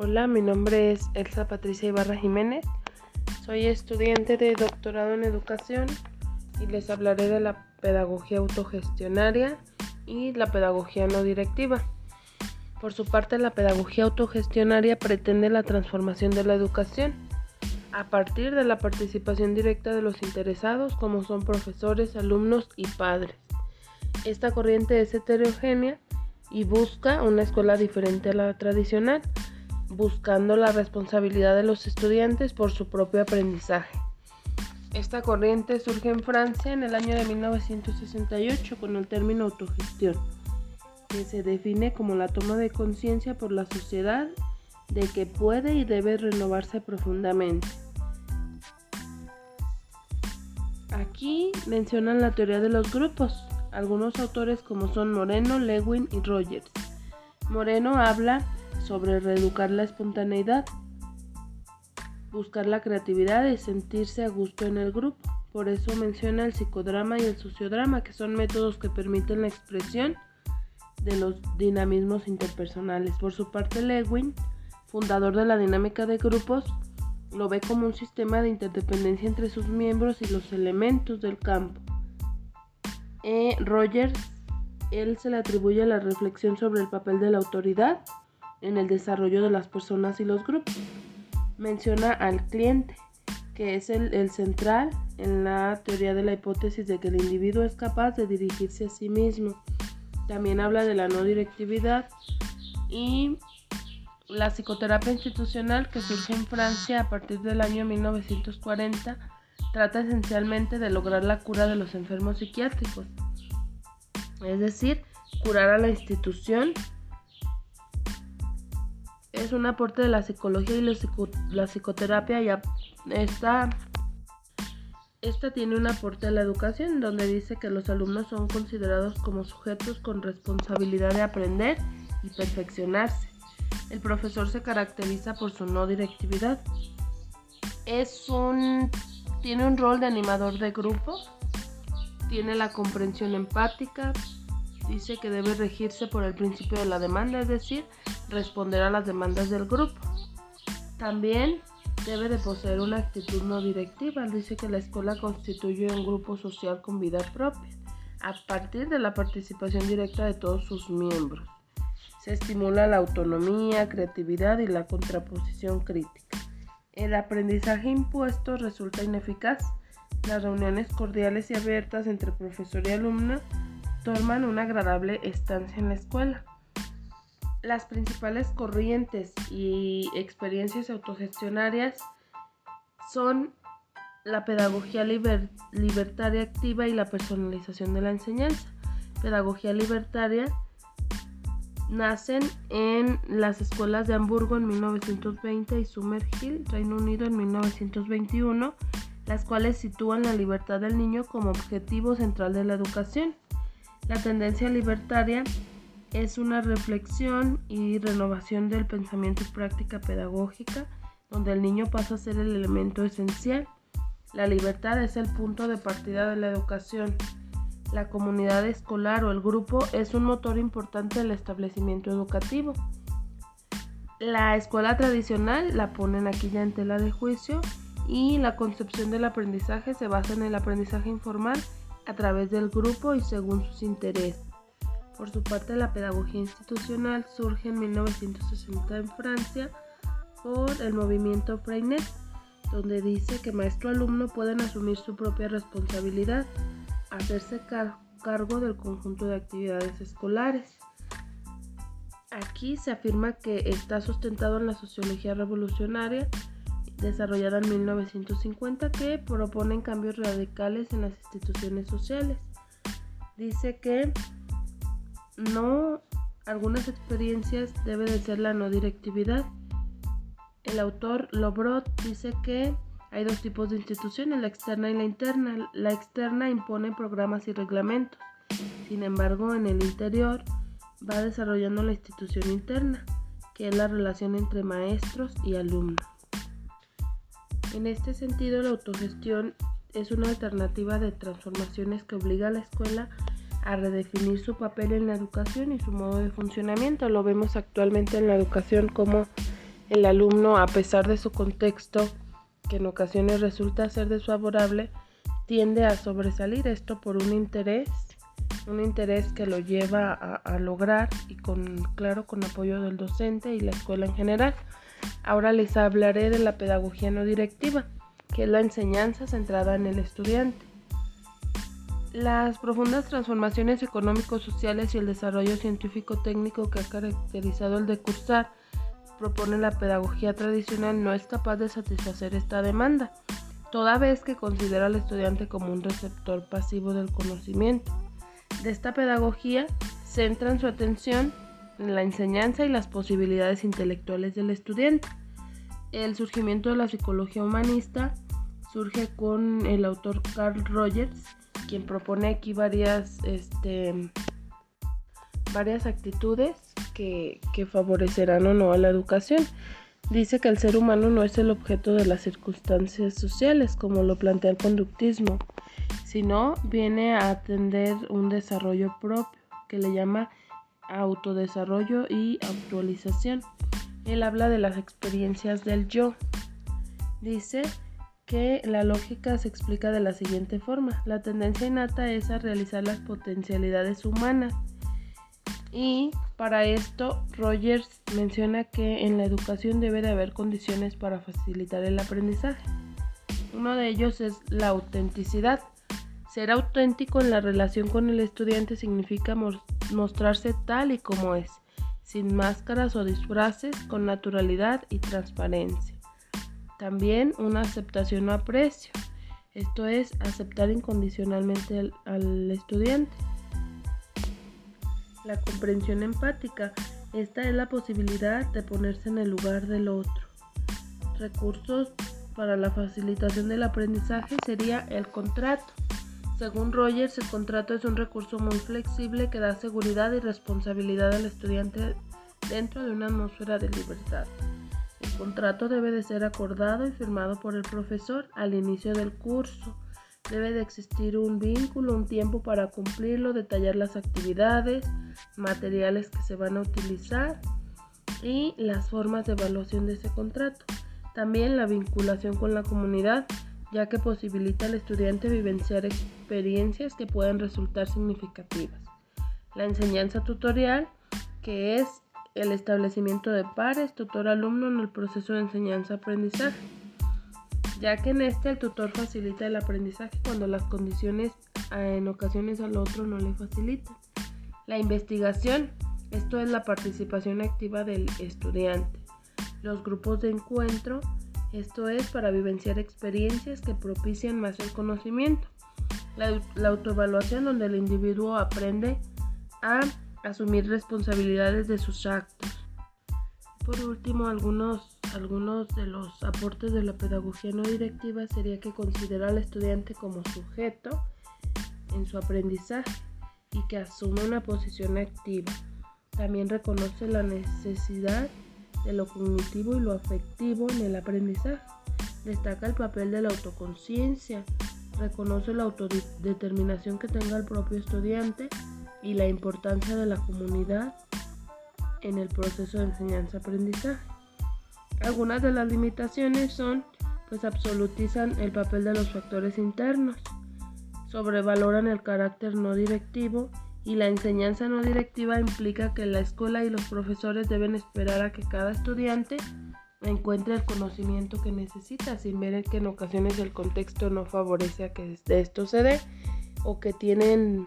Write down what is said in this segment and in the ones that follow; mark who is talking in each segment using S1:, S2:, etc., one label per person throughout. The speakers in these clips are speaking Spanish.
S1: Hola, mi nombre es Elsa Patricia Ibarra Jiménez. Soy estudiante de doctorado en educación y les hablaré de la pedagogía autogestionaria y la pedagogía no directiva. Por su parte, la pedagogía autogestionaria pretende la transformación de la educación a partir de la participación directa de los interesados, como son profesores, alumnos y padres. Esta corriente es heterogénea y busca una escuela diferente a la tradicional, buscando la responsabilidad de los estudiantes por su propio aprendizaje. Esta corriente surge en Francia en el año de 1968 con el término autogestión, que se define como la toma de conciencia por la sociedad de que puede y debe renovarse profundamente. Aquí mencionan la teoría de los grupos, algunos autores como son Moreno, Lewin y Rogers. Moreno habla sobre reeducar la espontaneidad, buscar la creatividad y sentirse a gusto en el grupo. Por eso menciona el psicodrama y el sociodrama, que son métodos que permiten la expresión de los dinamismos interpersonales. Por su parte, Lewin, fundador de la dinámica de grupos, lo ve como un sistema de interdependencia entre sus miembros y los elementos del campo. Rogers, él se le atribuye la reflexión sobre el papel de la autoridad en el desarrollo de las personas y los grupos. Menciona al cliente, que es el central en la teoría de la hipótesis de que el individuo es capaz de dirigirse a sí mismo. También habla de la no directividad y la psicoterapia institucional, que surge en Francia a partir del año 1940, trata esencialmente de lograr la cura de los enfermos psiquiátricos, es decir, curar a la institución. Es un aporte de la psicología y la psicoterapia, y esta tiene un aporte de la educación, donde dice que los alumnos son considerados como sujetos con responsabilidad de aprender y perfeccionarse. El profesor se caracteriza por su no directividad. Tiene un rol de animador de grupo, tiene la comprensión empática, dice que debe regirse por el principio de la demanda, es decir, responder a las demandas del grupo. También debe de poseer una actitud no directiva. Dice que la escuela constituye un grupo social con vida propia, a partir de la participación directa de todos sus miembros. Se estimula la autonomía, creatividad y la contraposición crítica. El aprendizaje impuesto resulta ineficaz. Las reuniones cordiales y abiertas entre profesor y alumno forman una agradable estancia en la escuela. Las principales corrientes y experiencias autogestionarias son la pedagogía libertaria activa y la personalización de la enseñanza. Pedagogía libertaria nacen en las escuelas de Hamburgo en 1920 y Summerhill, Reino Unido, en 1921, las cuales sitúan la libertad del niño como objetivo central de la educación. La tendencia libertaria es una reflexión y renovación del pensamiento y práctica pedagógica, donde el niño pasa a ser el elemento esencial. La libertad es el punto de partida de la educación. La comunidad escolar o el grupo es un motor importante del establecimiento educativo. La escuela tradicional la ponen aquí ya en tela de juicio, y la concepción del aprendizaje se basa en el aprendizaje informal a través del grupo y según sus intereses. Por su parte, la pedagogía institucional surge en 1960 en Francia por el movimiento Freinet, donde dice que maestro y alumno pueden asumir su propia responsabilidad, hacerse cargo del conjunto de actividades escolares. Aquí se afirma que está sustentado en la sociología revolucionaria desarrollada en 1950, que proponen cambios radicales en las instituciones sociales. Dice que algunas experiencias debe de ser la no directividad. El autor Lobrot dice que hay dos tipos de instituciones, la externa y la interna. La externa impone programas y reglamentos. Sin embargo, en el interior va desarrollando la institución interna, que es la relación entre maestros y alumnos. En este sentido, la autogestión es una alternativa de transformaciones que obliga a la escuela a redefinir su papel en la educación y su modo de funcionamiento. Lo vemos actualmente en la educación como el alumno, a pesar de su contexto, que en ocasiones resulta ser desfavorable, tiende a sobresalir, esto por un interés que lo lleva a lograr y con apoyo del docente y la escuela en general. Ahora les hablaré de la pedagogía no directiva, que es la enseñanza centrada en el estudiante. Las profundas transformaciones económico-sociales y el desarrollo científico-técnico que ha caracterizado el decursar propone la pedagogía tradicional no es capaz de satisfacer esta demanda, toda vez que considera al estudiante como un receptor pasivo del conocimiento. De esta pedagogía centran su atención en la enseñanza y las posibilidades intelectuales del estudiante. El surgimiento de la psicología humanista surge con el autor Carl Rogers, quien propone aquí varias actitudes que favorecerán o no a la educación. Dice que el ser humano no es el objeto de las circunstancias sociales, como lo plantea el conductismo, sino viene a atender un desarrollo propio, que le llama autodesarrollo y actualización. Él habla de las experiencias del yo. Dice que la lógica se explica de la siguiente forma: la tendencia innata es a realizar las potencialidades humanas, y para esto Rogers menciona que en la educación debe de haber condiciones para facilitar el aprendizaje. Uno de ellos es la autenticidad. Ser auténtico en la relación con el estudiante significa mostrarse tal y como es, sin máscaras o disfraces, con naturalidad y transparencia. También una aceptación o aprecio, esto es, aceptar incondicionalmente al estudiante. La comprensión empática, esta es la posibilidad de ponerse en el lugar del otro. Recursos para la facilitación del aprendizaje sería el contrato. Según Rogers, el contrato es un recurso muy flexible que da seguridad y responsabilidad al estudiante dentro de una atmósfera de libertad. El contrato debe de ser acordado y firmado por el profesor al inicio del curso. Debe de existir un vínculo, un tiempo para cumplirlo, detallar las actividades, materiales que se van a utilizar y las formas de evaluación de ese contrato. También la vinculación con la comunidad, ya que posibilita al estudiante vivenciar experiencias que pueden resultar significativas. La enseñanza tutorial, que es el establecimiento de pares tutor-alumno en el proceso de enseñanza-aprendizaje, ya que en este el tutor facilita el aprendizaje cuando las condiciones en ocasiones al otro no le facilitan. La investigación, esto es la participación activa del estudiante. Los grupos de encuentro, esto es para vivenciar experiencias que propician más el conocimiento. La autoevaluación, donde el individuo aprende a asumir responsabilidades de sus actos. Por último, algunos de los aportes de la pedagogía no directiva sería que considera al estudiante como sujeto en su aprendizaje y que asume una posición activa. También reconoce la necesidad de lo cognitivo y lo afectivo en el aprendizaje. Destaca el papel de la autoconciencia, reconoce la autodeterminación que tenga el propio estudiante y la importancia de la comunidad en el proceso de enseñanza-aprendizaje. Algunas de las limitaciones son, absolutizan el papel de los factores internos, sobrevaloran el carácter no directivo, y la enseñanza no directiva implica que la escuela y los profesores deben esperar a que cada estudiante encuentre el conocimiento que necesita, sin ver que en ocasiones el contexto no favorece a que esto se dé, o que tienen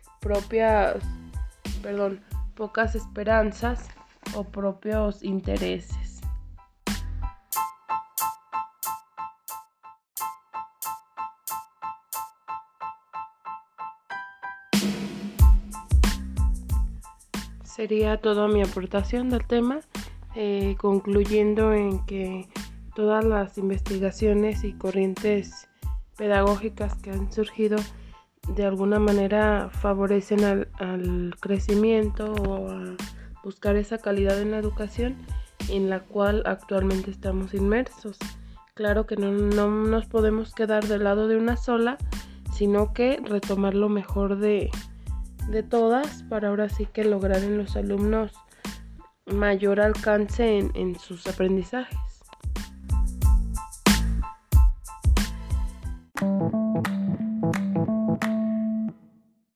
S1: pocas esperanzas o propios intereses. Sería toda mi aportación del tema, concluyendo en que todas las investigaciones y corrientes pedagógicas que han surgido de alguna manera favorecen al crecimiento o a buscar esa calidad en la educación en la cual actualmente estamos inmersos. Claro que no nos podemos quedar del lado de una sola, sino que retomar lo mejor de todas para ahora sí que lograr en los alumnos mayor alcance en sus aprendizajes.